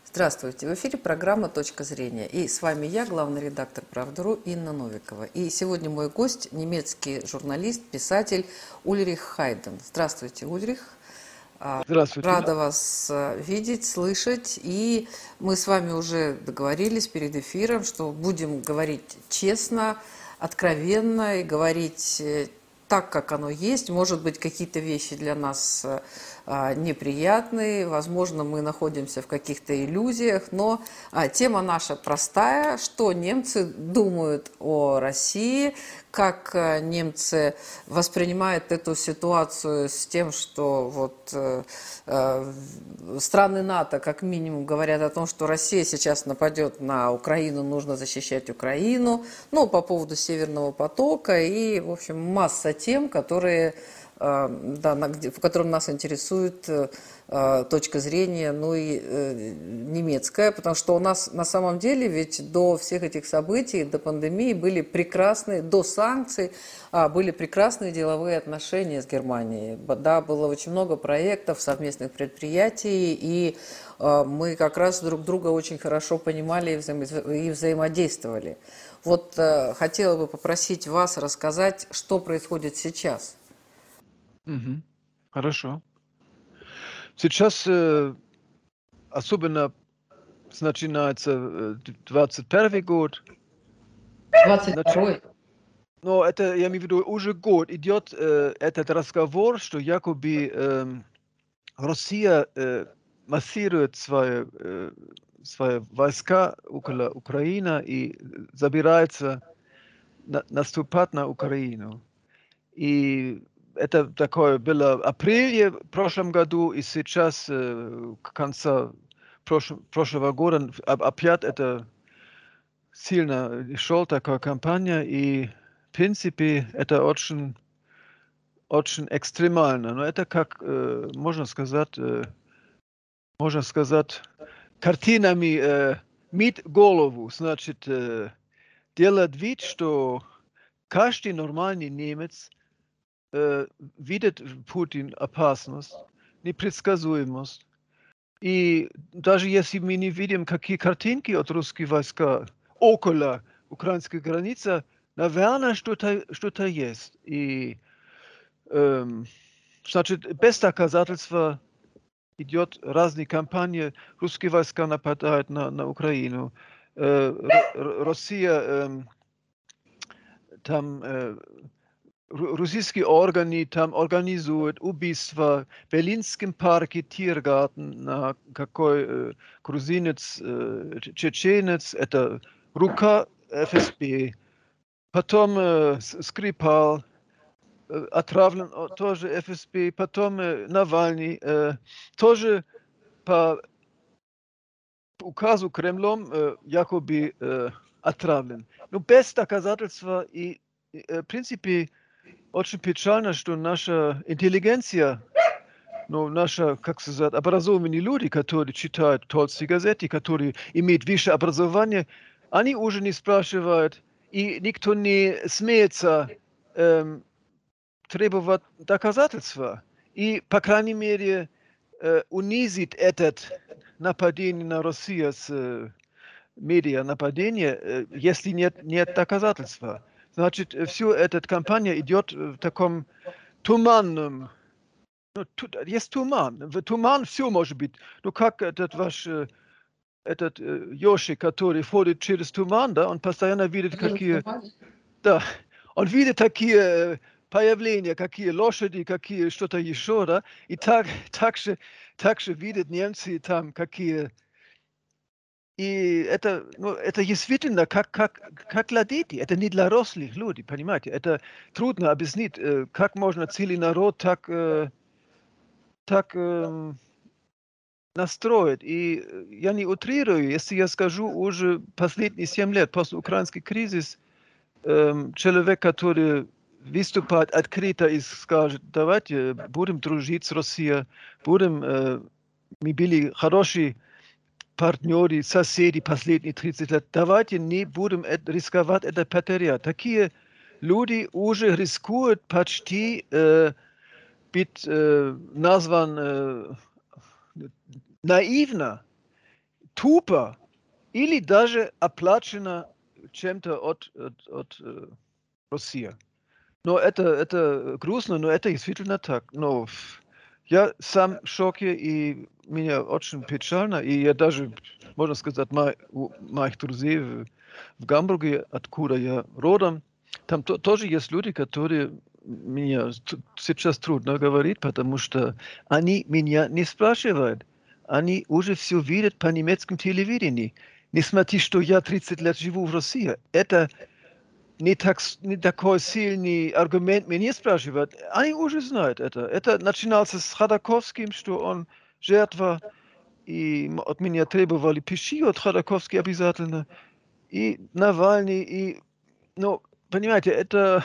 Здравствуйте, в эфире программа «Точка зрения». И с вами я, главный редактор «Правда.ру» Инна Новикова. И сегодня мой гость – немецкий журналист, писатель Ульрих Хайден. Здравствуйте, Ульрих. Здравствуйте. Рада вас видеть, слышать. И мы с вами уже договорились перед эфиром, что будем говорить честно, откровенно и говорить так, как оно есть. Может быть, какие-то вещи для нас неприятные, возможно, мы находимся в каких-то иллюзиях, но тема наша простая, что немцы думают о России, как немцы воспринимают эту ситуацию с тем, что вот страны НАТО как минимум говорят о том, что Россия сейчас нападет на Украину, нужно защищать Украину, ну, по поводу Северного потока и, в общем, масса тем, которые... Да, в котором нас интересует точка зрения, ну и немецкая, потому что у нас на самом деле ведь до всех этих событий, до пандемии были прекрасные, до санкций были прекрасные деловые отношения с Германией. Да, было очень много проектов, совместных предприятий, и мы как раз друг друга очень хорошо понимали и взаимодействовали. Вот хотела бы попросить вас рассказать, что происходит сейчас. Хорошо. Сейчас особенно начинается 21 год. 22-й? Но это, я имею в виду, уже год идет этот разговор, что якобы Россия массирует свои войска около Украины и забирается наступать на Украину. И это такое было в апреле в прошлом году, и сейчас к концу прошлого года опять это сильно шла такая кампания, и в принципе это очень экстремально. Но это как, можно сказать, картинами мыть голову. Значит, делать вид, что каждый нормальный немец видит Путин опасность, непредсказуемость. И даже если мы не видим, какие картинки от русских войска около украинской границы, наверное, что-то есть. И, значит, без доказательства идет разные кампании. Русские войска нападают на Украину. Россия там... Российские органы там организуют убийства в Берлинском парке, Тиргарten, на какой грузинец, чеченец, это рука ФСБ. Потом Скрипал, отравлен тоже ФСБ. Потом Навальный, тоже по указу Кремлем якобы отравлен. Но без доказательства и в принципе очень печально, что наша интеллигенция, ну, наша, как сказать, образованные люди, которые читают толстые газеты, которые имеют высшее образование, они уже не спрашивают, и никто не смеется требовать доказательства. И, по крайней мере, унизить этот нападение на Россию с медиа нападение, если нет доказательства. Значит, всю эта кампания идет в таком туманном, ну, есть туман. В туман все может быть. Ну, как этот ваш, этот Йоши, который ходит через туман, да, он постоянно видит какие... Да, он видит такие появления, какие лошади, какие что-то еще, да, и также видят немцы там, какие... И это, ну, это действительно как для детей. Это не для взрослых людей, понимаете? Это трудно объяснить, как можно целый народ так настроить. И я не утрирую, если я скажу, уже последние 7 лет после украинский кризис, человек, который выступает открыто и скажет, давайте будем дружить с Россией, мы были хорошие партнеры, соседи последние 30 лет. Давайте не будем рисковать это потерять. Такие люди уже рискуют почти быть назван наивно. тупо или даже оплачено чем-то от России. Но это грустно, но это действительно так. Но я сам в шоке, и меня очень печально, и я даже, можно сказать, у моих друзей в Гамбурге, откуда я родом, там тоже есть люди, которые меня сейчас трудно говорить, потому что они меня не спрашивают. Они уже все видят по немецкому телевидению. Несмотря что я 30 лет живу в России, это не такой сильный аргумент меня спрашивают. Они уже знают это. Это начиналось с Ходорковским, что он жертва, и от меня требовали пиши от Ходорковски обязательно. И Навальный, и, ну, понимаете, это...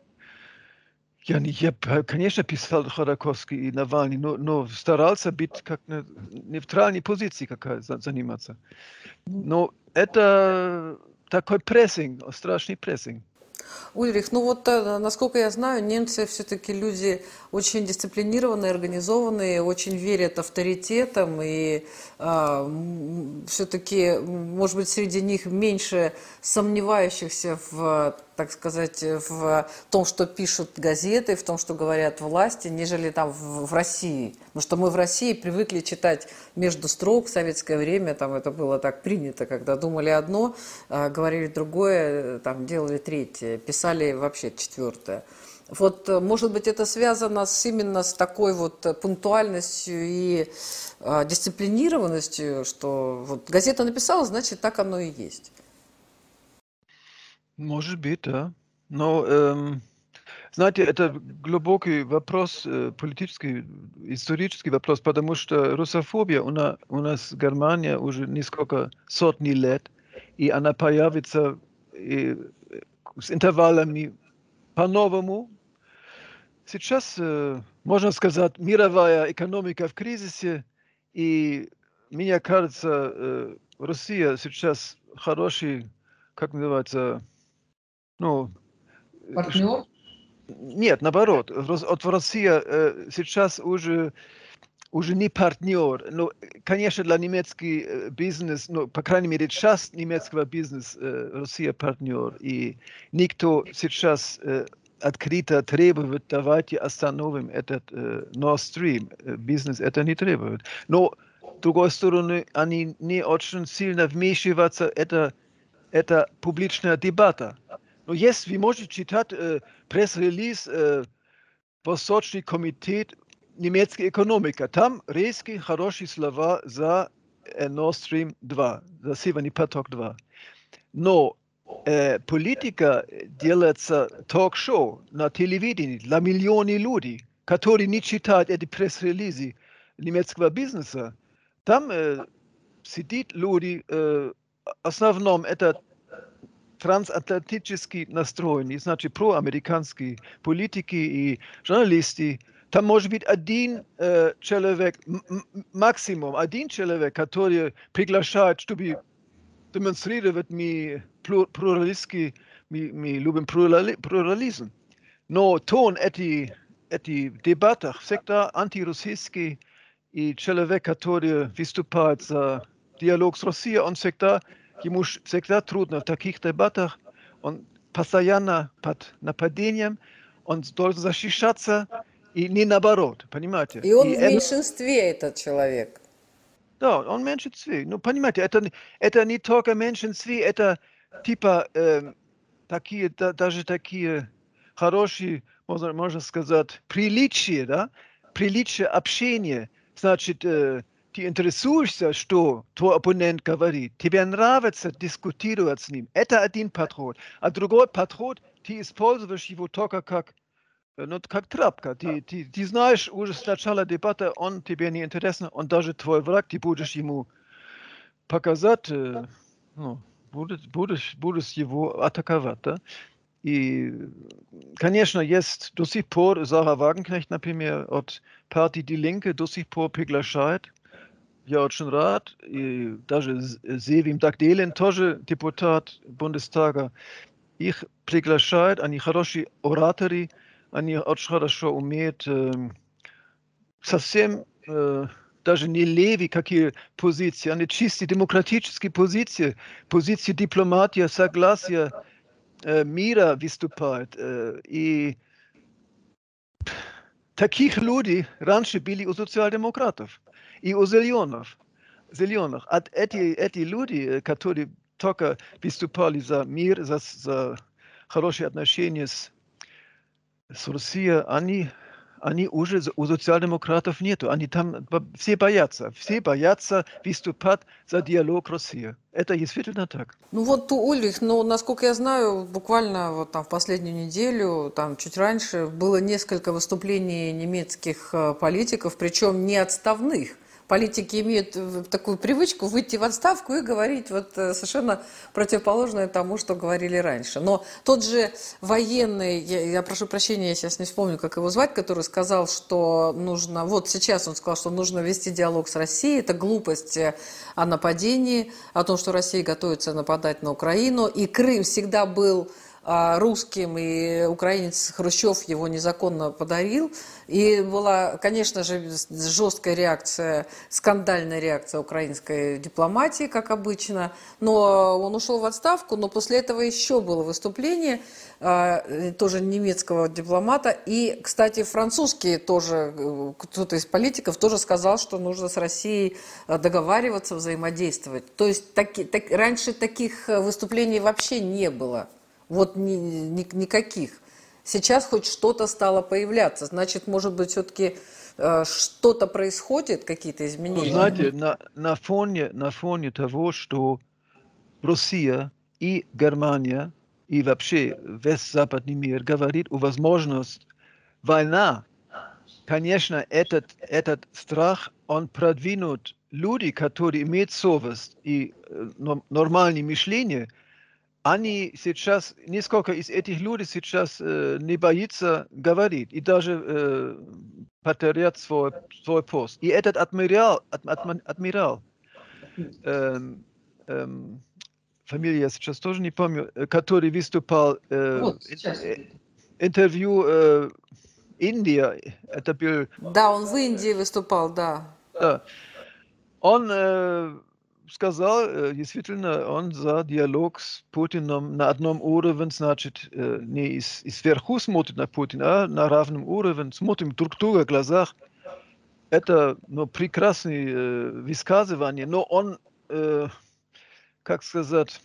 Я, конечно, писал Ходорковский и Навальный, но старался быть как на нейтральной позиции какая заниматься. Но это такой прессинг, страшный прессинг. Ульрих, ну вот, насколько я знаю, немцы все-таки люди очень дисциплинированные, организованные, очень верят авторитетам, и все-таки, может быть, среди них меньше сомневающихся в, так сказать, в том, что пишут газеты, в том, что говорят власти, нежели там в России. Потому что мы в России привыкли читать между строк. В советское время там это было так принято, когда думали одно, говорили другое, там делали третье, писали вообще четвертое. Вот, может быть, это связано именно с такой вот пунктуальностью и дисциплинированностью, что вот газета написала, значит, так оно и есть. Может быть, да. Но, знаете, это глубокий вопрос, политический, исторический вопрос, потому что русофобия у нас в Германии уже несколько сотни лет, и она появится с интервалами по-новому. Сейчас, можно сказать, мировая экономика в кризисе, и мне кажется, Россия сейчас хороший, как называется, ну, Партнер? нет, наоборот, Россия сейчас уже не партнер. Ну, конечно, для немецкий бизнес, ну, по крайней мере, часть немецкого бизнеса Россия партнер, и никто сейчас открыто требует, давайте остановим этот Nord Stream. Бизнес это не требует. Но, с другой стороны, они не очень сильно вмешиваются, это публичная дебата. Но если вы можете читать пресс-релиз Восточный комитет немецкой экономики, там резкие хорошие слова за Nord Stream 2, за Северный поток 2. Но политика делается ток-шоу на телевидении для миллионов людей, которые не читают эти пресс-релизы немецкого бизнеса. Там сидят люди, в основном это трансатлантически настроенные, значит, проамериканские политики и журналисты. Там может быть один человек, максимум один человек, который приглашает, чтобы демонстрировать плуралистский, мы любим плурализм. Но тон этих дебатах всегда антироссийский, и человек, который выступает за диалог с Россией, он ему всегда трудно в таких дебатах, он постоянно под нападением, он должен защищаться, и не наоборот, понимаете? И он в меньшинстве, этот человек. Да, он в меньшинстве. Ну, понимаете, это не только меньшинстве, это типа даже такие хорошие, можно сказать, приличия, да? Приличие общения. Значит, ты интересуешься, что твой оппонент говорит. Тебе нравится дискутировать с ним. Это один подход. А другой подход, ты используешь его только как трапка. Ты знаешь уже с начала дебата, он тебе не интересен, он даже твой враг, ты будешь ему показать, ну, будешь его атаковать. Да? И, конечно, есть до сих пор Sarah Wagenknecht, например, от партии Die Linke до сих пор приглашает. Я очень рад. И даже Sevim Dagdelen, тоже депутат Бундестага, их приглашают, они хорошие ораторы, они очень хорошо умеют совсем даже не левые какие позиции, они чисто демократические позиции, позиции дипломатии, согласия, мира выступают. И таких людей раньше были у социал-демократов и у зеленых. А эти люди, которые только выступали за мир, за хорошие отношения с Россией, они уже у социал-демократов нету. Они там все боятся выступать за диалог России. Это действительно так. Ну вот, Ульрих, ну, насколько я знаю, буквально вот там в последнюю неделю, там чуть раньше, было несколько выступлений немецких политиков, причем не отставных. Политики имеют такую привычку выйти в отставку и говорить вот совершенно противоположное тому, что говорили раньше. Но тот же военный, я прошу прощения, я сейчас не вспомню, как его звать, который сказал, что нужно, вот сейчас он сказал, что нужно вести диалог с Россией, это глупость о нападении, о том, что Россия готовится нападать на Украину, и Крым всегда был русским, и украинец Хрущев его незаконно подарил. И была, конечно же, жесткая реакция, скандальная реакция украинской дипломатии, как обычно. Но он ушел в отставку, но после этого еще было выступление тоже немецкого дипломата. И, кстати, французский тоже, кто-то из политиков тоже сказал, что нужно с Россией договариваться, взаимодействовать. То есть раньше таких выступлений вообще не было. Вот никаких. Сейчас хоть что-то стало появляться. Значит, может быть, все-таки что-то происходит, какие-то изменения? Знаете, на фоне того, что Россия и Германия, и вообще весь западный мир говорит о возможности войны, конечно, этот страх, он продвинут люди, которые имеют совесть и нормальное мышление. Они сейчас, несколько из этих людей сейчас не боятся говорить и даже потерять свой пост. И этот адмирал, фамилия я сейчас тоже не помню, который выступал интервью Индия, это был... Да, он в Индии выступал, да. Да. Он сказал, действительно, он за диалог с Путиным на одном уровне, значит, не сверху смотрит на Путина, а на равном уровне, смотрим друг друга в глазах. Это прекрасное высказывание, но он, как сказать,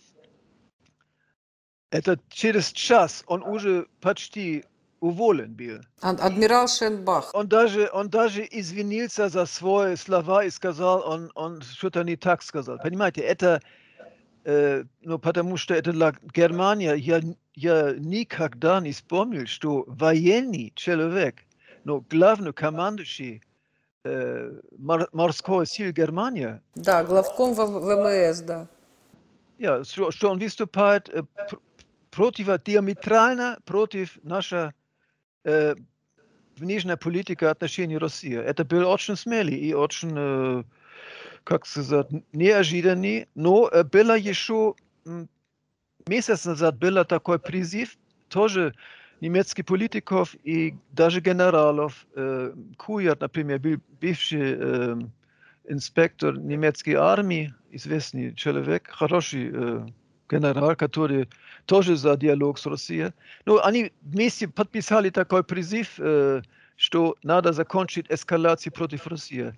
это через час он уже почти уволен был. Адмирал Шенбах. Он даже извинился за свои слова и сказал, он что-то не так сказал. Понимаете, это, потому что это для Германии, я никогда не вспомнил, что военный человек, главный командующий морской сил Германии. Да, главком ВМС, да. Что он выступает диаметрально против нашей внешняя политика отношений России. Это было очень смело и очень, как сказать, неожиданно. Но было еще месяц назад был такой призыв тоже немецких политиков и даже генералов. Куяр, например, бывший инспектор немецкой армии, известный человек, хороший генерал, который тоже за диалог с Россией. Но они вместе подписали такой призыв, что надо закончить эскалацию против России.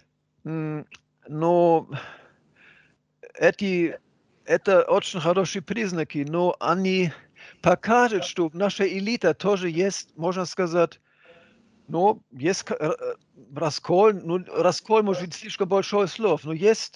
Но это очень хорошие признаки, но они покажут, что наша элита тоже есть, можно сказать, есть раскол, раскол может быть слишком большое слово, но есть,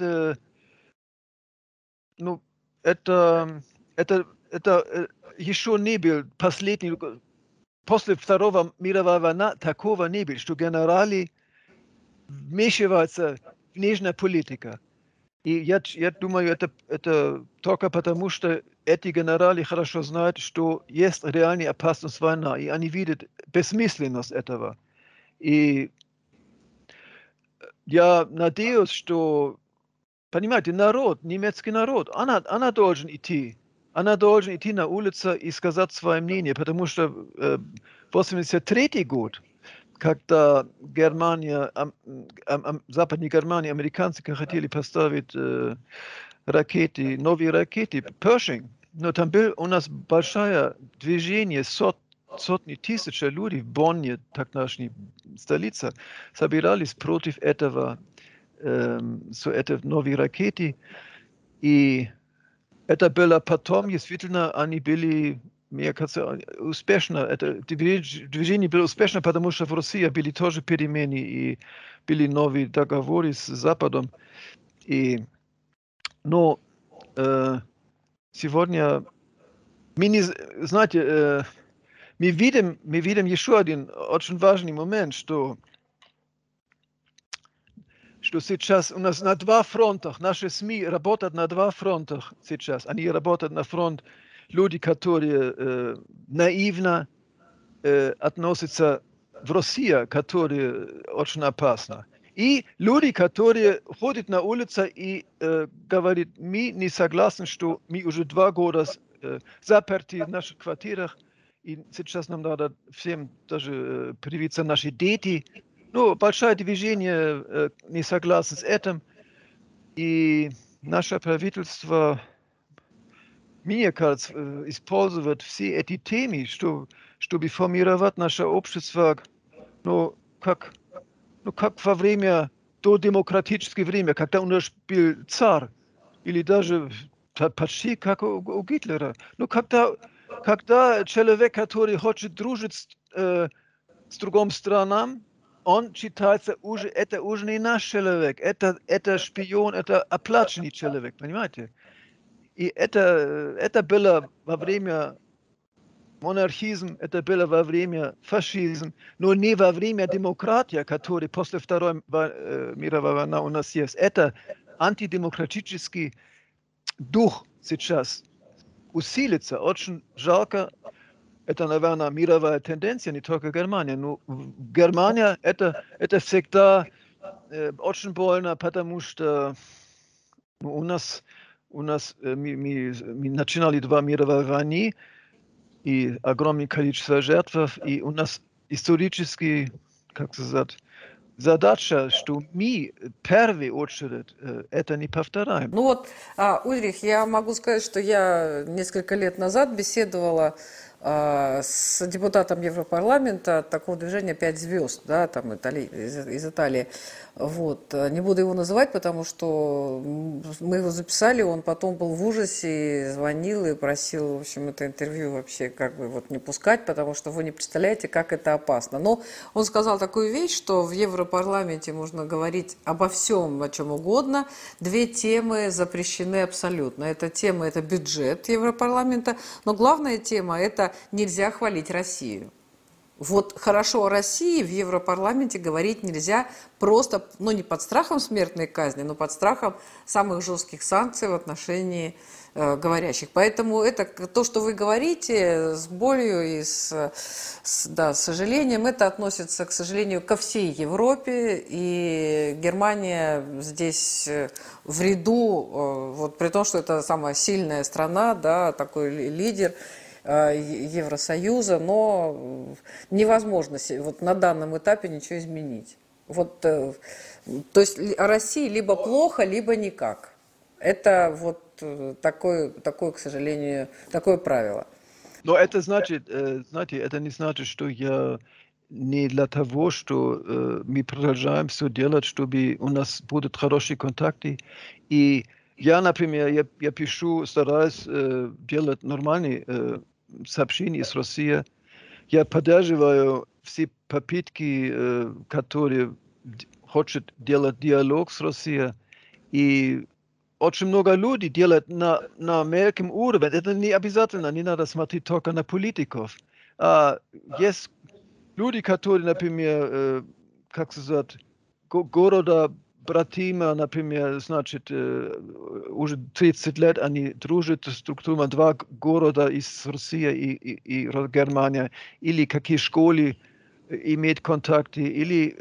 это еще не был последний, после Второго мировой войны такого не было, что генералы вмешиваются в внешняя политика. И я думаю, это только потому, что эти генералы хорошо знают, что есть реальная опасность войны, и они видят бессмысленность этого. И я надеюсь, что, понимаете, немецкий народ, она должен идти. Она должна идти на улицу и сказать свое мнение, потому что 1983 год, когда Германия, Западной Германии американцы хотели поставить ракеты, новые ракеты, Pershing, но там было у нас большое движение, сотни тысяч людей в Бонне, так нашей столице, собирались против этого, этой новой ракеты. И это было потом, действительно, они были, мне кажется, успешно. Это движение было успешно, потому что в России были тоже перемены и были новые договоры с Западом. Но сегодня, знаете, мы видим еще один очень важный момент, что сейчас у нас на два фронтах, наши СМИ работают на два фронтах сейчас. Они работают на фронт люди, которые наивно относятся в Россию, которые очень опасны. И люди, которые ходят на улице и говорят, мы не согласны, что мы уже 2 года заперты в наших квартирах, и сейчас нам надо всем даже привиться наши дети. Ну, большое движение не согласно с этим. И наше правительство, мне кажется, использует все эти темы, чтобы формировать наше общество, ну, как во время, до демократическое время, когда у нас был царь, или даже почти как у Гитлера. Ну, когда человек, который хочет дружить с другим странам, он считается уже, это уже не наш человек, это шпион, это оплаченный человек, понимаете? И это было во время монархизм, это было во время фашизм, но не во время демократии, которая после Второй мировой войны у нас есть. Это антидемократический дух сейчас усилится. Очень жалко. Это, наверное, мировая тенденция, не только Германия. Но Германия это всегда очень больно, потому что у нас мы начинали 2 мировые войны, и огромное количество жертв, и у нас исторически, как сказать, задача, что мы в первую очередь это не повторяем. Ну вот, Ульрих, я могу сказать, что я несколько лет назад беседовала с депутатом Европарламента такого движения «Пять звезд», да, там из Италии. Вот. Не буду его называть, потому что мы его записали, он потом был в ужасе, звонил и просил, в общем, это интервью вообще как бы вот не пускать, потому что вы не представляете, как это опасно. Но он сказал такую вещь, что в Европарламенте можно говорить обо всем, о чем угодно. 2 темы запрещены абсолютно. Эта тема – это бюджет Европарламента, но главная тема – это нельзя хвалить Россию. Вот хорошо о России в Европарламенте говорить нельзя просто, ну не под страхом смертной казни, но под страхом самых жестких санкций в отношении говорящих. Поэтому это то, что вы говорите, с болью и с сожалением, это относится, к сожалению, ко всей Европе, и Германия здесь в ряду, вот при том, что это самая сильная страна, да, такой лидер Евросоюза, но невозможно вот на данном этапе ничего изменить. Вот, то есть о России либо плохо, либо никак. Это вот такое, к сожалению, такое правило. Но это значит, знаете, это не значит, что я не для того, что мы продолжаем все делать, чтобы у нас будут хорошие контакты. И я, например, я пишу, стараюсь делать нормальные сообщения из России. Я поддерживаю все попытки, которые хочет делать диалог с Россией. И очень много людей делают на мелком уровне. Это не обязательно, не надо смотреть только на политиков. Есть люди, которые, например, как сказать, города Братима, например, значит, уже 30 лет они дружат с структурами 2 города из России и Германии, или какие школы иметь контакты, или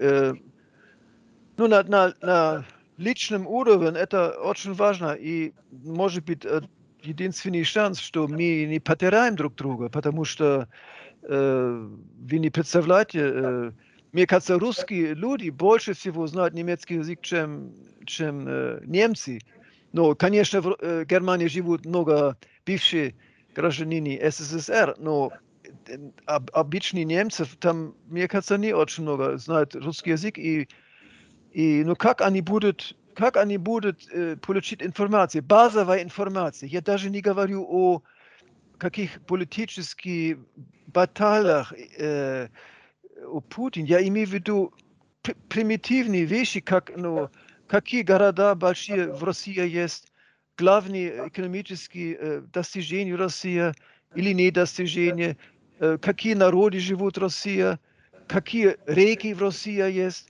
ну, на личном уровне это очень важно, и может быть единственный шанс, что мы не потеряем друг друга, потому что вы не представляете, мне кажется, русские люди больше всего знают немецкий язык, чем немцы. Но, конечно, в Германии живут много бывших граждане СССР, но обычные немцы, там, мне кажется, не очень много знают русский язык. Ну, как они будут получить информацию, базовая информация. Я даже не говорю о каких политических баталиях у Путина. Я имею в виду примитивные вещи, как, ну, какие города большие в России есть, главные экономические достижения России или недостижения, какие народы живут в России, какие реки в России есть,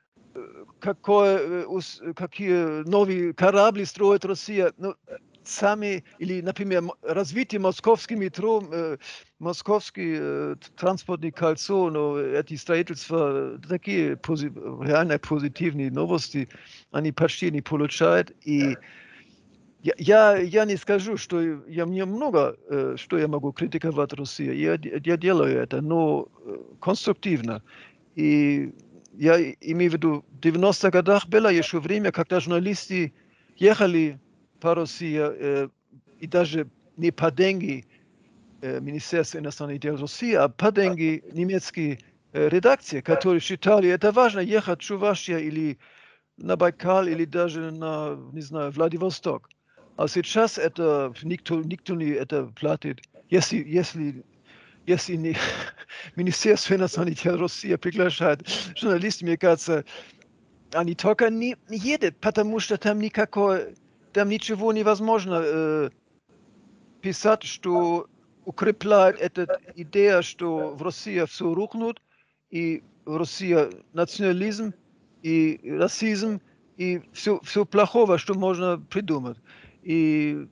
какие новые корабли строит Россия. Ну, сами, или, например, развитие московского метро, московское транспортное кольцо, но эти строительства, такие реально позитивные новости, они почти не получают. И я не скажу, что мне много, что я могу критиковать Россию. Я делаю это, но конструктивно. И я имею в виду, в 90-х годах было еще время, когда журналисты ехали по России, и даже не по деньги Министерства иностранных дел России, а по деньги немецкие редакции, которые считали, это важно ехать в Чувашию или на Байкал, или даже на, не знаю, Владивосток. А сейчас это никто не это платит. Если не Министерство иностранных дел России приглашает журналистов, мне кажется, они только не едут, потому что там ничего невозможно писать, что укрепляет эту идею, что в России все рухнет, и в России национализм и расизм, и все плохого, что можно придумать. И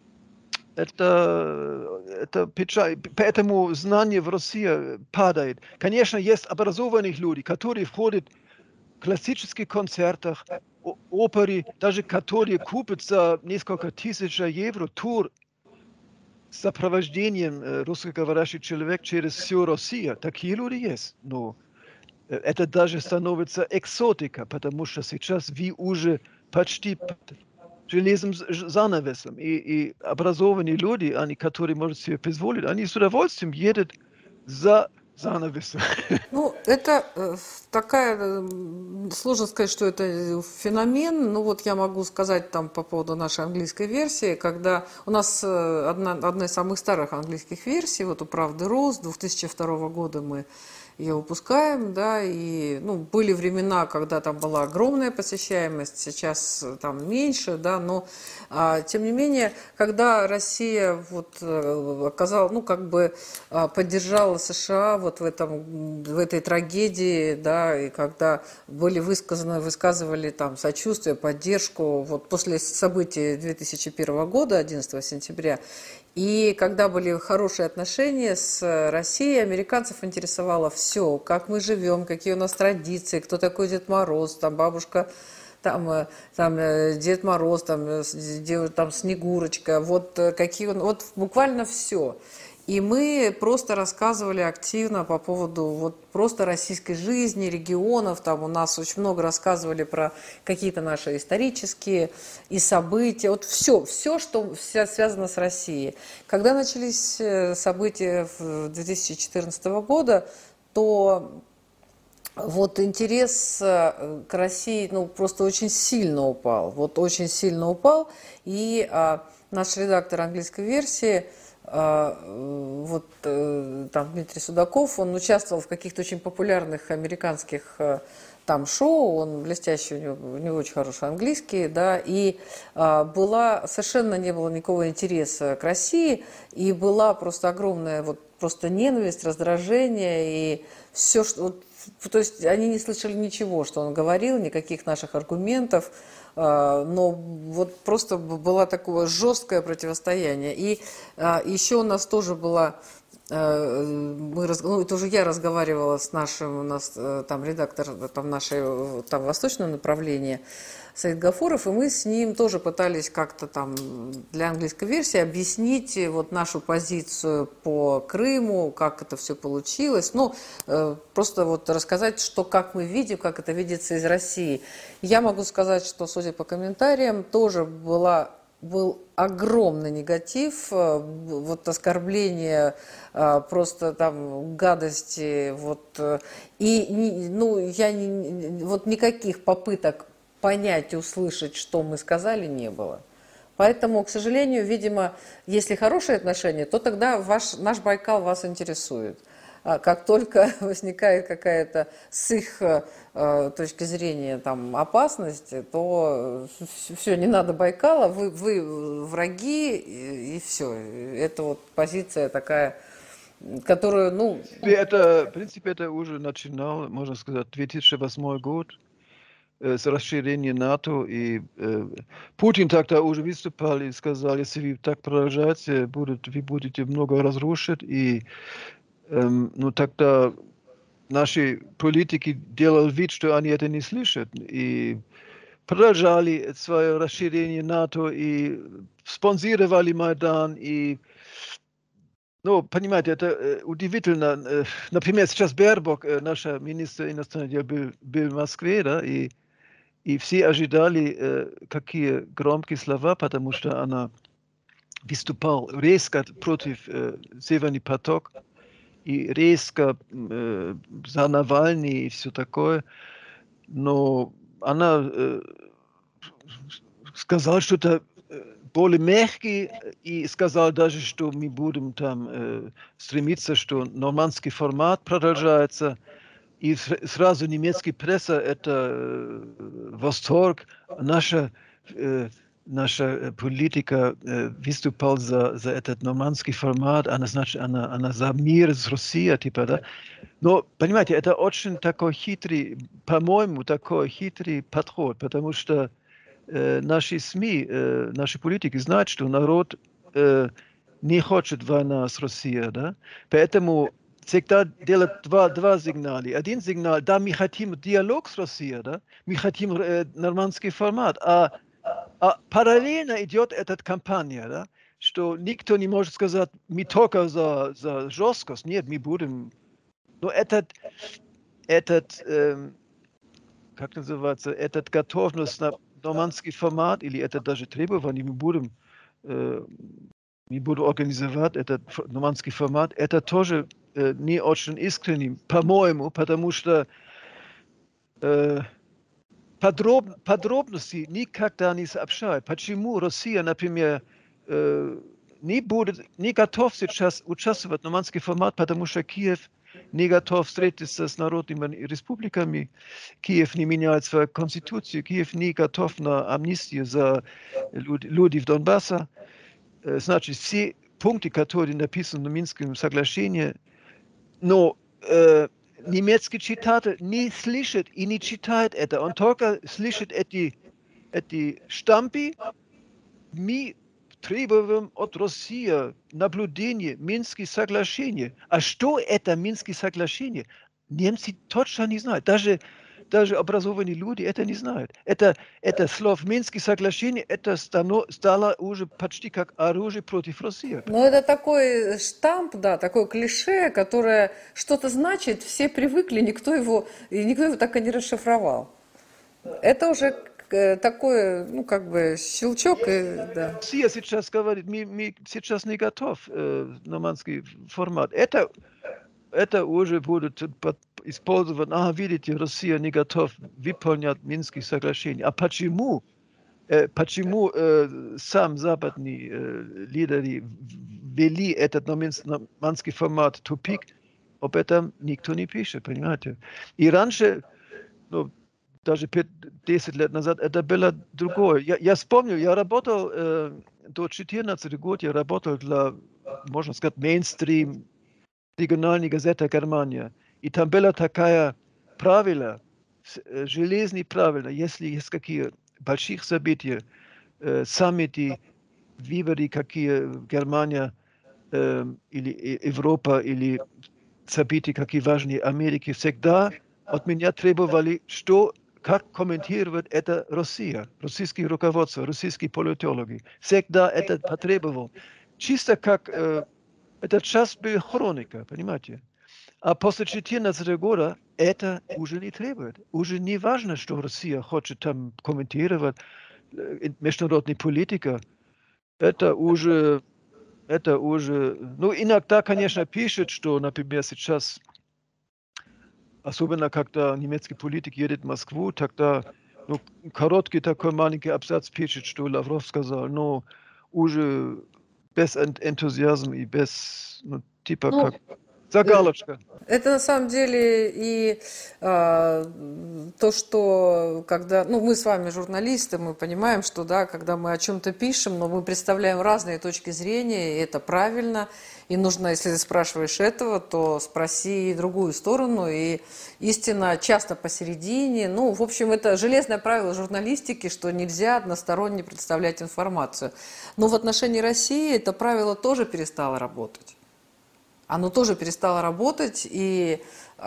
это печаль. Поэтому знание в России падает. Конечно, есть образованных людей, которые входят в классических концертах, оперы, даже которые купят за несколько тысяч евро тур с сопровождением русскоговорящих человек через всю Россию. Такие люди есть. Но это даже становится экзотика, потому что сейчас вы уже почти под железным занавесом. И образованные люди, они, которые могут себе позволить, они с удовольствием едут за занавесом. Ну, это такая, сложно сказать, что это феномен. Ну, вот я могу сказать там по поводу нашей английской версии, когда у нас одна из самых старых английских версий, вот у «Правды РОС», 2002 года мы ее выпускаем, да, и, ну, были времена, когда там была огромная посещаемость, сейчас там меньше, да, но, тем не менее, когда Россия вот оказала, ну, как бы поддержала США вот в этой трагедии, да, и когда высказывали там сочувствие, поддержку, вот после событий 2001 года, 11 сентября, и когда были хорошие отношения с Россией, американцев интересовало все, как мы живем, какие у нас традиции, кто такой Дед Мороз, там бабушка, там Дед Мороз, там Снегурочка, вот вот буквально все. И мы просто рассказывали активно по поводу вот просто российской жизни, регионов. Там у нас очень много рассказывали про какие-то наши исторические и события. Вот все, что связано с Россией. Когда начались события 2014 года, то вот интерес к России, ну, просто очень сильно упал. Вот очень сильно упал. И наш редактор английской версии, там Дмитрий Судаков, он участвовал в каких-то очень популярных американских там шоу, он блестящий, у него очень хороший английский, да, и совершенно не было никакого интереса к России, и была просто огромная вот просто ненависть, раздражение, и все, что... То есть они не слышали ничего, что он говорил, никаких наших аргументов, но вот просто было такое жесткое противостояние. И еще у нас тоже была, это уже я разговаривала с нашим, у нас там редактор там нашей там восточного направления, Саид Гафуров, и мы с ним тоже пытались как-то там для английской версии объяснить вот нашу позицию по Крыму, как это все получилось. Ну, просто вот рассказать, что как мы видим, как это видится из России. Я могу сказать, что, судя по комментариям, тоже был огромный негатив, вот оскорбления, просто там гадости, вот, и, ну, вот никаких попыток понять, услышать, что мы сказали, не было. Поэтому, к сожалению, видимо, если хорошие отношения, то тогда наш Байкал вас интересует. А как только возникает какая-то с их точки зрения там, опасность, то все, не надо Байкала, вы враги, и все. Это вот позиция такая, которую, ну... В принципе, это уже начинал, можно сказать, 2008 год с расширения НАТО, и Путин тогда уже выступал и сказал, если вы так продолжаете, вы будете много разрушить, и ну, тогда наши политики делали вид, что они это не слышат, и продолжали свое расширение НАТО, и спонсировали Майдан, и, ну, понимаете, это удивительно. Например, сейчас Бербок, наша министр иностранных дел, был в Москве, да, и все ожидали, какие громкие слова, потому что она выступала резко против Северный поток, и резко за Навальный и все такое. Но она сказала что-то более мягкий и сказал даже, что мы будем там стремиться, что нормандский формат продолжается. И сразу немецкая пресса это восторг. Наша политика выступала за этот нормандский формат, она за мир с Россией, типа, да. Но, понимаете, это очень такой хитрый, по-моему, такой хитрый подход, потому что наши СМИ, наши политики знают, что народ не хочет войны с Россией, да. Поэтому всегда делают два сигнала. Один сигнал, да, мы хотим диалог с Россией, да, мы хотим нормандский формат, а параллельно идет эта кампания, да, что никто не может сказать, мы только за жесткость, нет, мы будем... Но как называется, этот готовность на нормандский формат, или это даже требование, мы будем организовать этот нормандский формат, это тоже не очень искренне, по-моему, потому что подробности никогда не сообщают. Почему Россия, например, не готов сейчас участвовать в нормандский формат, потому что Киев не готов встретиться с народными республиками, Киев не меняет свою конституцию, Киев не готов на амнистию за людей в Донбассе. Значит, все пункты, которые написаны в Минском соглашении, но немецкий читатель не слышит и не читает это. Он только слышит эти штампы. Мы требуем от России наблюдения Минских соглашений. А что это Минские соглашения? Немцы точно не знают. Даже образованные люди это не знают. Это слово Минские соглашения, это стало уже почти как оружие против России. Но это такой штамп, да, такое клише, которое что-то значит, все привыкли, никто его так и не расшифровал. Это уже такой, ну, как бы, щелчок. Да. Россия сейчас говорит, мы сейчас не готов нормандский формат. Это уже будет использовать, видите, Россия не готов выполнять Минские соглашения. А почему? Почему сам западные лидеры ввели этот нормандский формат тупик, об этом никто не пишет, понимаете? И раньше, ну, даже 10 лет назад, это было другое. Я вспомню, я работал до 14 года, я работал для, можно сказать, мейнстрим региональной газеты «Германия». И там было такое правило, железные правила, если есть какие больших событий, саммиты, выборы, какие в Германии или Европа, или события, какие важные Америки, всегда от меня требовали, как комментирует это Россия, российские руководства, российские политологи. Всегда это потребовал. Чисто как это часть был хроника, понимаете? А после 2014 года это уже не требует. Уже не важно, что Россия хочет там комментировать международная политика. Это уже, ну, иногда, конечно, пишет, что, например, сейчас, особенно когда немецкий политик едет в Москву, тогда, ну, короткий такой маленький абзац пишет, что Лавров сказал, но уже без энтузиазма и без, ну, типа Ну, как загалочка. это на самом деле и то, что когда, ну, мы с вами журналисты, мы понимаем, что, да, когда мы о чем-то пишем, но мы представляем разные точки зрения, и это правильно, и нужно, если ты спрашиваешь этого, то спроси и другую сторону, и истина часто посередине. Ну, в общем, это железное правило журналистики, что нельзя односторонне представлять информацию. Но в отношении России это правило тоже перестало работать. Оно тоже перестало работать, и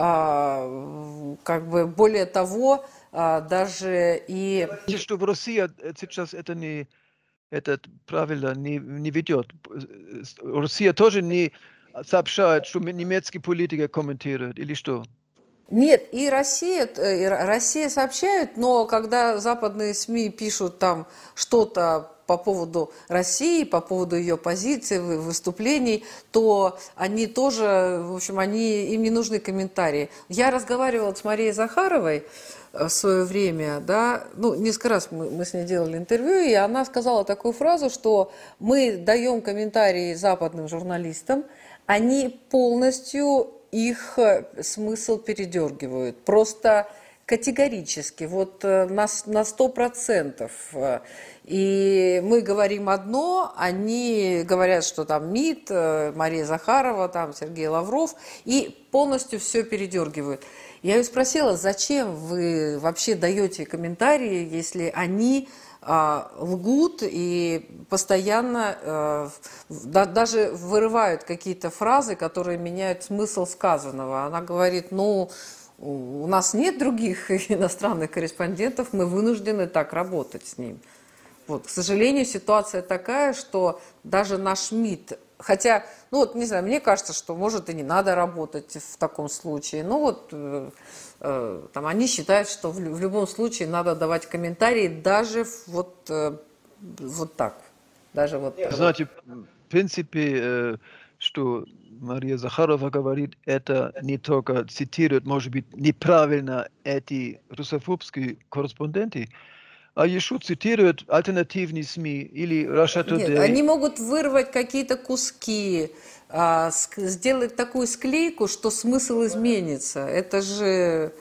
как бы более того, даже и... Что в России сейчас это не, этот правило не ведет. Россия тоже не сообщает, что немецкие политики комментируют, или что? Нет, и Россия сообщает, но когда западные СМИ пишут там что-то по поводу России, по поводу ее позиций, выступлений, то они тоже, в общем, им не нужны комментарии. Я разговаривала с Марией Захаровой в свое время, да, ну, несколько раз мы с ней делали интервью, и она сказала такую фразу, что мы даем комментарии западным журналистам, они полностью их смысл передергивают. Просто категорически, вот на 100%. И мы говорим одно, они говорят, что там МИД, Мария Захарова, там Сергей Лавров, и полностью все передергивают. Я ее спросила, зачем вы вообще даете комментарии, если они лгут и постоянно даже вырывают какие-то фразы, которые меняют смысл сказанного. Она говорит, ну, у нас нет других иностранных корреспондентов, мы вынуждены так работать с ним. Вот, к сожалению, ситуация такая, что даже наш МИД, хотя, ну вот, не знаю, мне кажется, что, может, и не надо работать в таком случае, но вот там они считают, что в любом случае надо давать комментарии даже вот так. Даже вот. Знаете, в принципе, что Мария Захарова говорит, это не только цитирует, может быть, неправильно эти русофобские корреспонденты, а еще цитируют альтернативные СМИ или Russia Нет, Today. они могут вырвать какие-то куски, сделать такую склейку, что смысл изменится. Это же,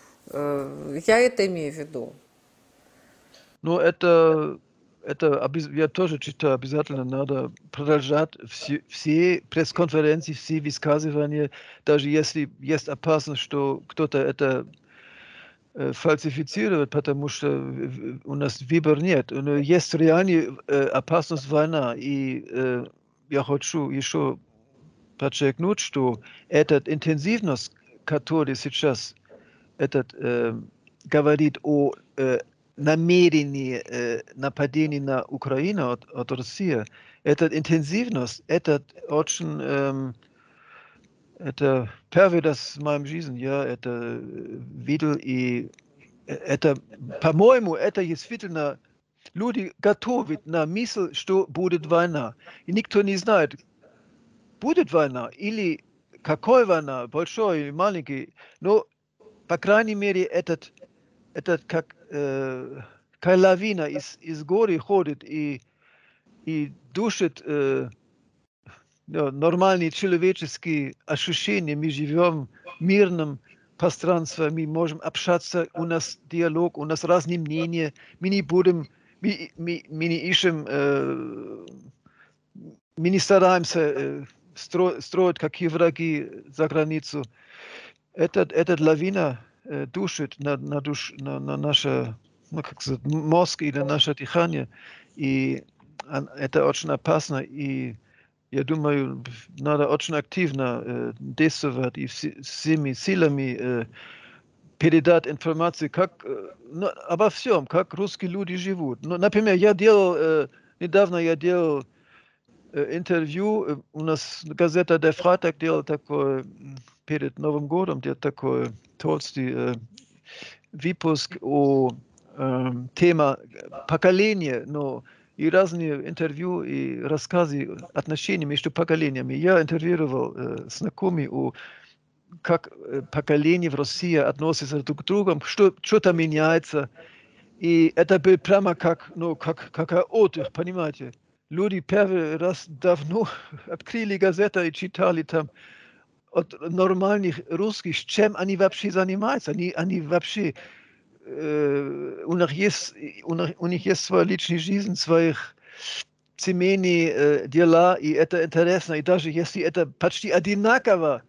я это имею в виду. Ну, я тоже считаю, обязательно надо продолжать все пресс-конференции, все высказывания, даже если есть опасность, что кто-то это фальсифицирует, потому что у нас выбор нет. Но есть реальная опасность войны, и я хочу еще подчеркнуть, что эта интенсивность, которая сейчас говорит о намерении нападения на Украину от России, эта интенсивность, это очень, это первый раз в моей жизни, я это видел, и это, по-моему, это действительно люди готовы на мысль, что будет война. И никто не знает, будет война или какой война, большой или маленький, но, по крайней мере, этот как лавина из горы ходит и душит нормальные человеческие ощущения. Мы живем в мирном пространстве, мы можем общаться, у нас диалог, у нас разные мнения, мы не будем, мы не ищем, мы не стараемся строить какие враги за границу. Эта лавина душит на наше, ну, как сказать, мозг или наше дыхание. И это очень опасно. И я думаю, надо очень активно действовать и всеми силами передать информацию, как, обо всем, как русские люди живут. Ну, например, недавно я делал интервью, у нас газета «Der Freitag» делала такое перед Новым годом, делал такой толстый выпуск о тема поколения, но и разные интервью и рассказы отношений между поколениями. Я интервьюировал знакомых как поколение в России относится друг к другу, что-то меняется. И это был прямо как отдых, понимаете. Люди первый раз давно открыли газету и читали там от нормальных русских, чем они вообще занимаются. Они вообще, у них есть своя личная жизнь, своих семейные дела, и это интересно. И даже если это почти одинаково,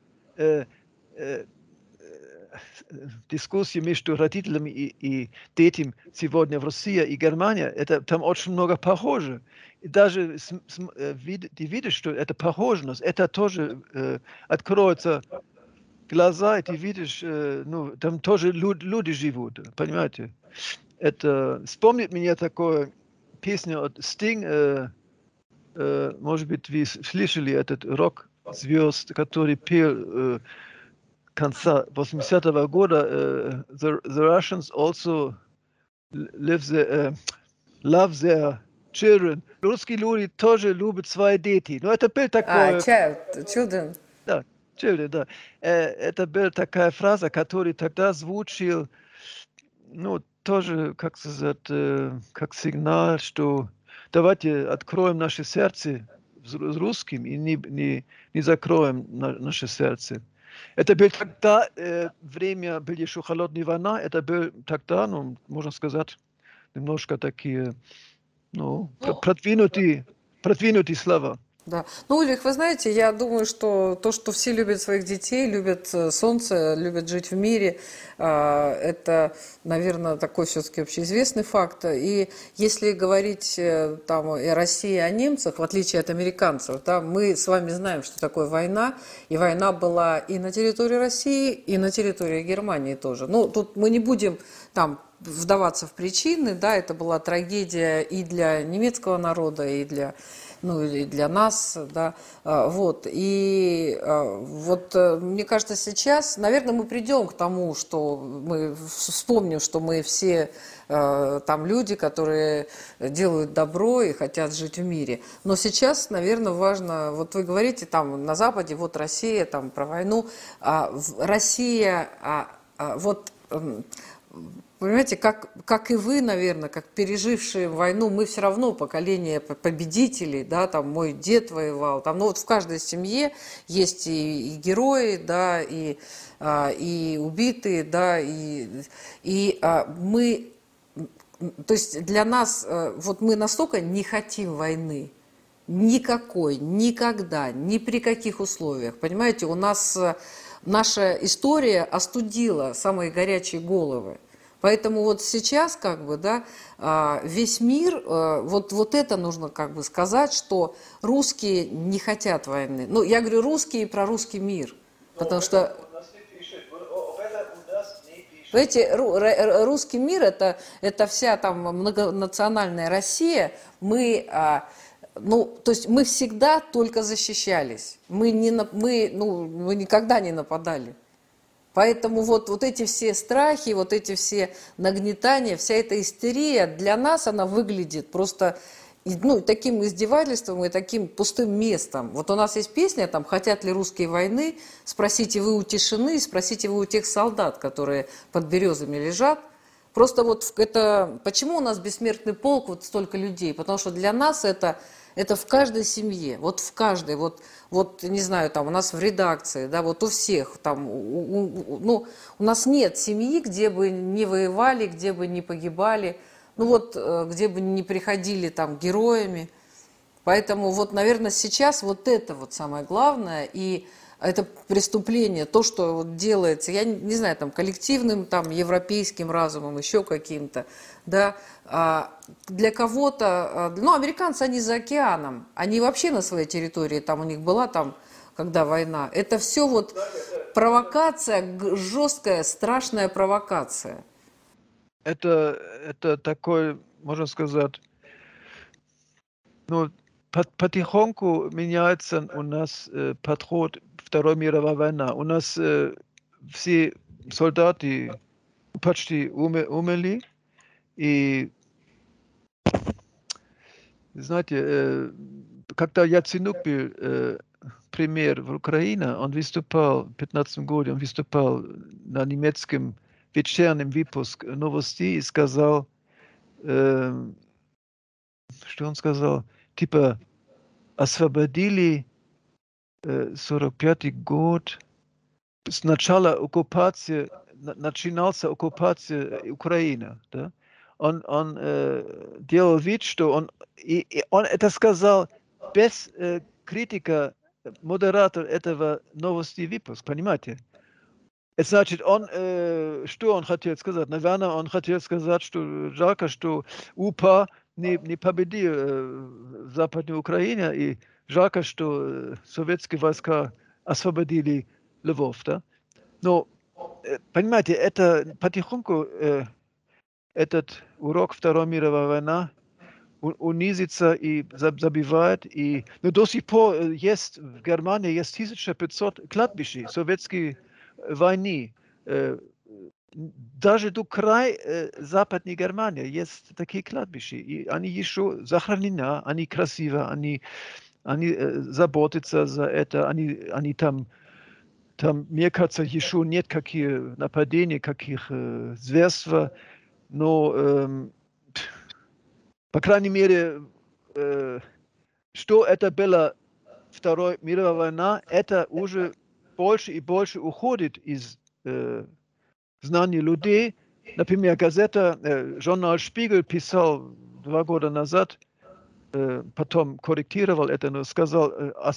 дискуссии между родителями и детьми сегодня в России и Германии, это там очень много похоже. И даже ты видишь, что это похожесть, это тоже откроется глаза, и ты видишь, ну, там тоже люди живут, понимаете? Это вспомнит мне такую песню от Sting, может быть, вы слышали этот рок-звезд, который пел конца 80-го года the Russians also love their children. Русские люди тоже любят свои дети. Но это был такой... Children. Да, children, да. Это была такая фраза, которая тогда звучала, ну, тоже, как сказать, как сигнал, что давайте откроем наше сердце с русским и не закроем наше сердце. Это было тогда, время, была еще холодная война, это было тогда, ну, можно сказать, немножко такие, ну, продвинутые слова. Да. Ну, Ульрих, вы знаете, я думаю, что то, что все любят своих детей, любят солнце, любят жить в мире, это, наверное, такой все-таки общеизвестный факт. И если говорить там и о России, и о немцах, в отличие от американцев, да, мы с вами знаем, что такое война, и война была и на территории России, и на территории Германии тоже. Ну, тут мы не будем там вдаваться в причины, да, это была трагедия и для немецкого народа, и для... ну, и для нас, да, вот, и вот, мне кажется, сейчас, наверное, мы придем к тому, что мы вспомним, что мы все там люди, которые делают добро и хотят жить в мире, но сейчас, наверное, важно, вот вы говорите, там, на Западе, вот Россия, там, про войну, Россия, вот... Понимаете, как и вы, наверное, как пережившие войну, мы все равно поколение победителей, да, там мой дед воевал, там, ну вот в каждой семье есть и герои, да, и убитые, да, и мы, то есть для нас, вот мы настолько не хотим войны, никакой, никогда, ни при каких условиях, понимаете, у нас наша история остудила самые горячие головы. Поэтому вот сейчас, как бы, да, весь мир, вот это нужно как бы сказать, что русские не хотят войны. Ну, я говорю русские про русский мир, потому что... Понимаете, русский мир это вся там многонациональная Россия, мы... Ну, то есть мы всегда только защищались, мы никогда не нападали. Поэтому вот эти все страхи, вот эти все нагнетания, вся эта истерия, для нас она выглядит просто таким издевательством и таким пустым местом. Вот у нас есть песня, там, «Хотят ли русские войны?» Спросите вы у тишины, спросите вы у тех солдат, которые под березами лежат. Просто вот это... Почему у нас бессмертный полк, вот столько людей? Потому что для нас это в каждой семье, вот в каждой, вот не знаю, там у нас в редакции, да, вот у всех, там, у нас нет семьи, где бы не воевали, где бы не погибали, ну вот, где бы не приходили там героями. Поэтому вот, наверное, сейчас вот это вот самое главное, и это преступление, то, что вот делается, я не знаю, там, коллективным, там, европейским разумом, еще каким-то, да, для кого-то, ну, американцы, они за океаном, они вообще на своей территории, там у них была там, когда война, это все вот, Провокация, жесткая, страшная провокация. Это такой, можно сказать, ну, потихоньку меняется у нас подход Второй мировой войны. У нас все солдаты почти умерли, и, знаете, когда Яценюк был премьер в Украине, он выступал в 2015 году, он выступал на немецком вечернем выпуске новостей и сказал, что он сказал, типа, освободили 45-й год, с начала оккупации, начинался оккупация Украины, да? Он делал вид, что и он это сказал без критика, модератор этого новостей выпуска, понимаете? Это значит, что он хотел сказать? Наверное, он хотел сказать, что жалко, что УПА не победил в Западной Украине, и жалко, что советские войска освободили Львов, да? Но, понимаете, это потихоньку этот урок Второй мировой войны унизится и забивает. Но до сих пор есть в Германии есть 1500 кладбищей советской войны. Даже до края Западной Германии есть такие кладбища. И они еще сохранены, они красивы, они заботятся за это, они там, мне кажется, еще нет каких нападений, каких зверств, но, по крайней мере, что это было Второй мировой война, это уже больше и больше уходит из знаний людей. Например, газета, журнал «Шпигель» писал 2 года назад, потом корректировал это, но сказал,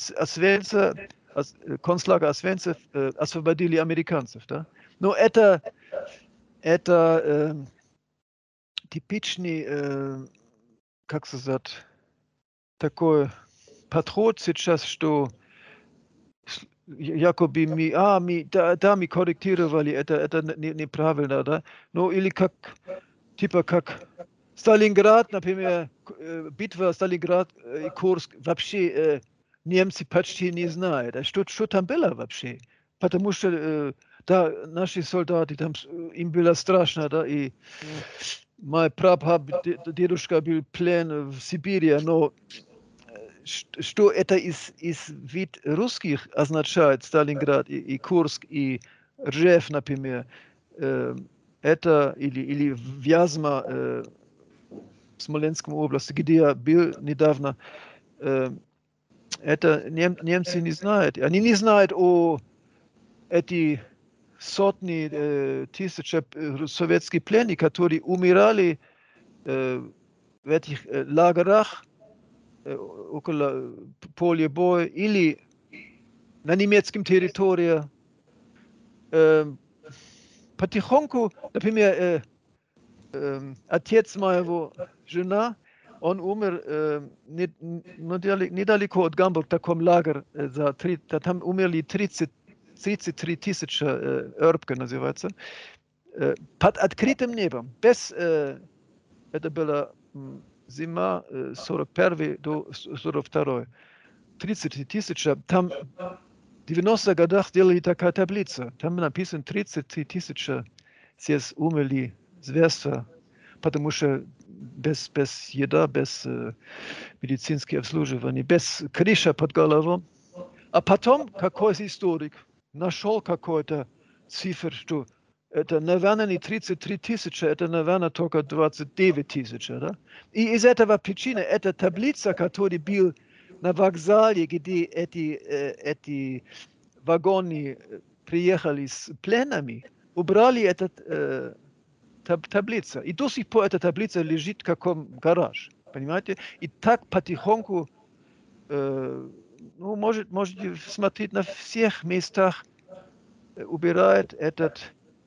концлагерь Освенцим освободили американцев. Да? Но это типичный, как сказать, такой подход сейчас, что якобы мы корректировали, это неправильно, да? Ну, или как Сталинград, например, битва Сталинград и Курск, вообще немцы почти не знают, что там было вообще. Потому что да, наши солдаты, там, им было страшно, да, и мой дедушка был плен в Сибири, но что это из вид русских означает Сталинград и Курск и Ржев, например, это или Вязьма в Смоленской области, где я был недавно, это немцы не знают. Они не знают о эти сотни тысяч советских пленных, которые умирали в этих лагерях около поля боя или на немецком территории. Потихоньку, например, отец моего жена, он умер недалеко от Гамбурга, в таком лагере, там умерли 33 тысячи Эрбка называется, под открытым небом, это было зима 41 до 42, 30 тысяч, там в 90-х годах сделали такая таблица, там написано 33 тысячи здесь умерли зверства, потому что без еды, без медицинского обслуживания, без крыши под головой. А потом какой-то историк нашел какой-то цифр, что это, наверное, не 33 тысячи, это, наверное, только 29 тысяч. Да? И из этого причины эта таблица, которая была на вокзале, где эти вагоны приехали с пленами, убрали эту таблицу. И до сих пор эта таблица лежит в каком гараж. Понимаете? И так потихоньку, можете смотреть на всех местах, убирает это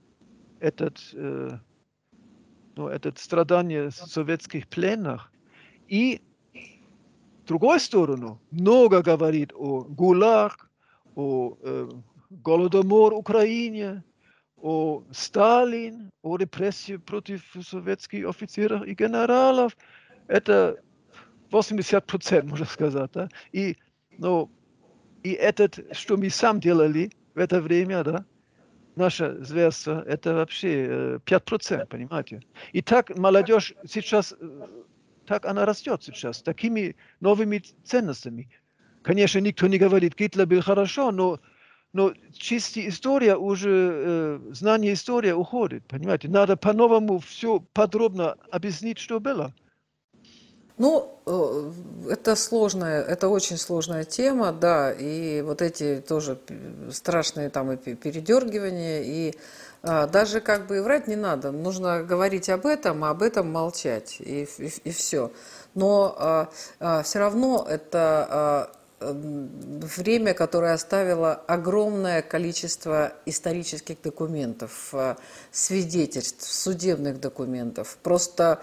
страдание советских пленных. И с другой стороны, много говорит о ГУЛАГ, о Голодомор в Украине, о Сталин, о репрессии против советских офицеров и генералов. Это 80%, можно сказать. Да? Ну, и что мы сам делали в это время, да, наше зверство, это вообще 5%, понимаете? И так молодежь сейчас, так она растет сейчас, такими новыми ценностями. Конечно, никто не говорит, Гитлер был хорошо, но чисто история уже, знание истории уходит, понимаете? Надо по-новому все подробно объяснить, что было. Ну, это сложная, это очень сложная тема, да, и вот эти тоже страшные там и передергивания, и даже как бы и врать не надо, нужно говорить об этом, а об этом молчать, и все. Но все равно это время, которое оставило огромное количество исторических документов, свидетельств, судебных документов. Просто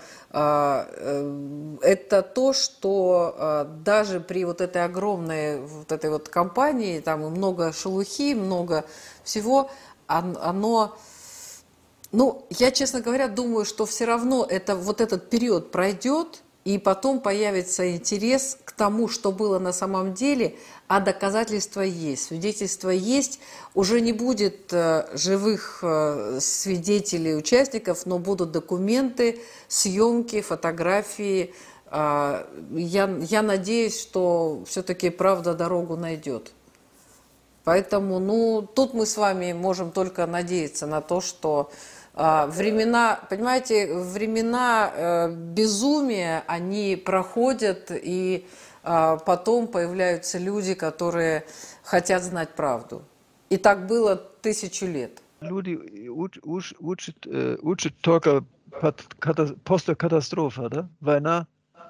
это то, что даже при вот этой огромной вот этой вот кампании, там и много шелухи, много всего, оно... Ну, я, честно говоря, думаю, что все равно вот этот период пройдет, и потом появится интерес к тому, что было на самом деле, а доказательства есть, свидетельства есть. Уже не будет живых свидетелей, участников, но будут документы, съемки, фотографии. Я надеюсь, что все-таки правда дорогу найдет. Поэтому, ну, тут мы с вами можем только надеяться на то, что времена, понимаете, времена безумия, они проходят, и потом появляются люди, которые хотят знать правду. И так было 1000 лет. Люди учат только после катастрофы, да? Война,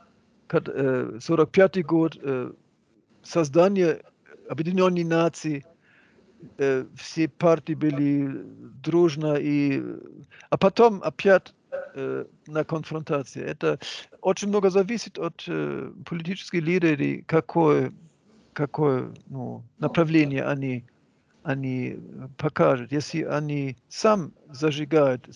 45-й год, создание Объединенной Нации, все партии были дружно, а потом опять на конфронтации. Это очень много зависит от политических лидеров, какое направление они покажут. Если они сам зажигают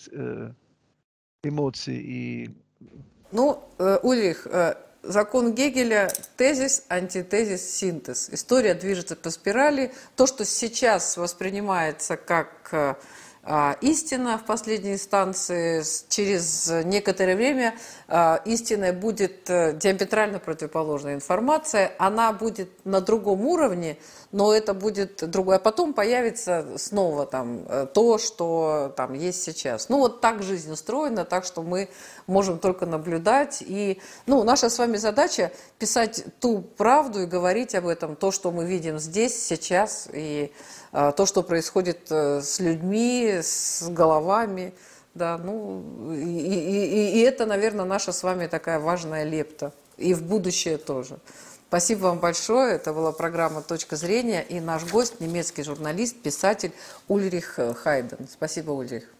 эмоции. Ну, Ульрих, закон Гегеля – тезис, антитезис, синтез. История движется по спирали. То, что сейчас воспринимается как истина в последней инстанции, через некоторое время истиной будет диаметрально противоположная информация. Она будет на другом уровне, но это будет другое. А потом появится снова там то, что там есть сейчас. Ну вот так жизнь устроена, так что мы можем только наблюдать. И наша с вами задача писать ту правду и говорить об этом, то, что мы видим здесь, сейчас, и то, что происходит с людьми, с головами. Да, и это, наверное, наша с вами такая важная лепта. И в будущее тоже. Спасибо вам большое. Это была программа «Точка зрения». И наш гость, немецкий журналист, писатель Ульрих Хайден. Спасибо, Ульрих.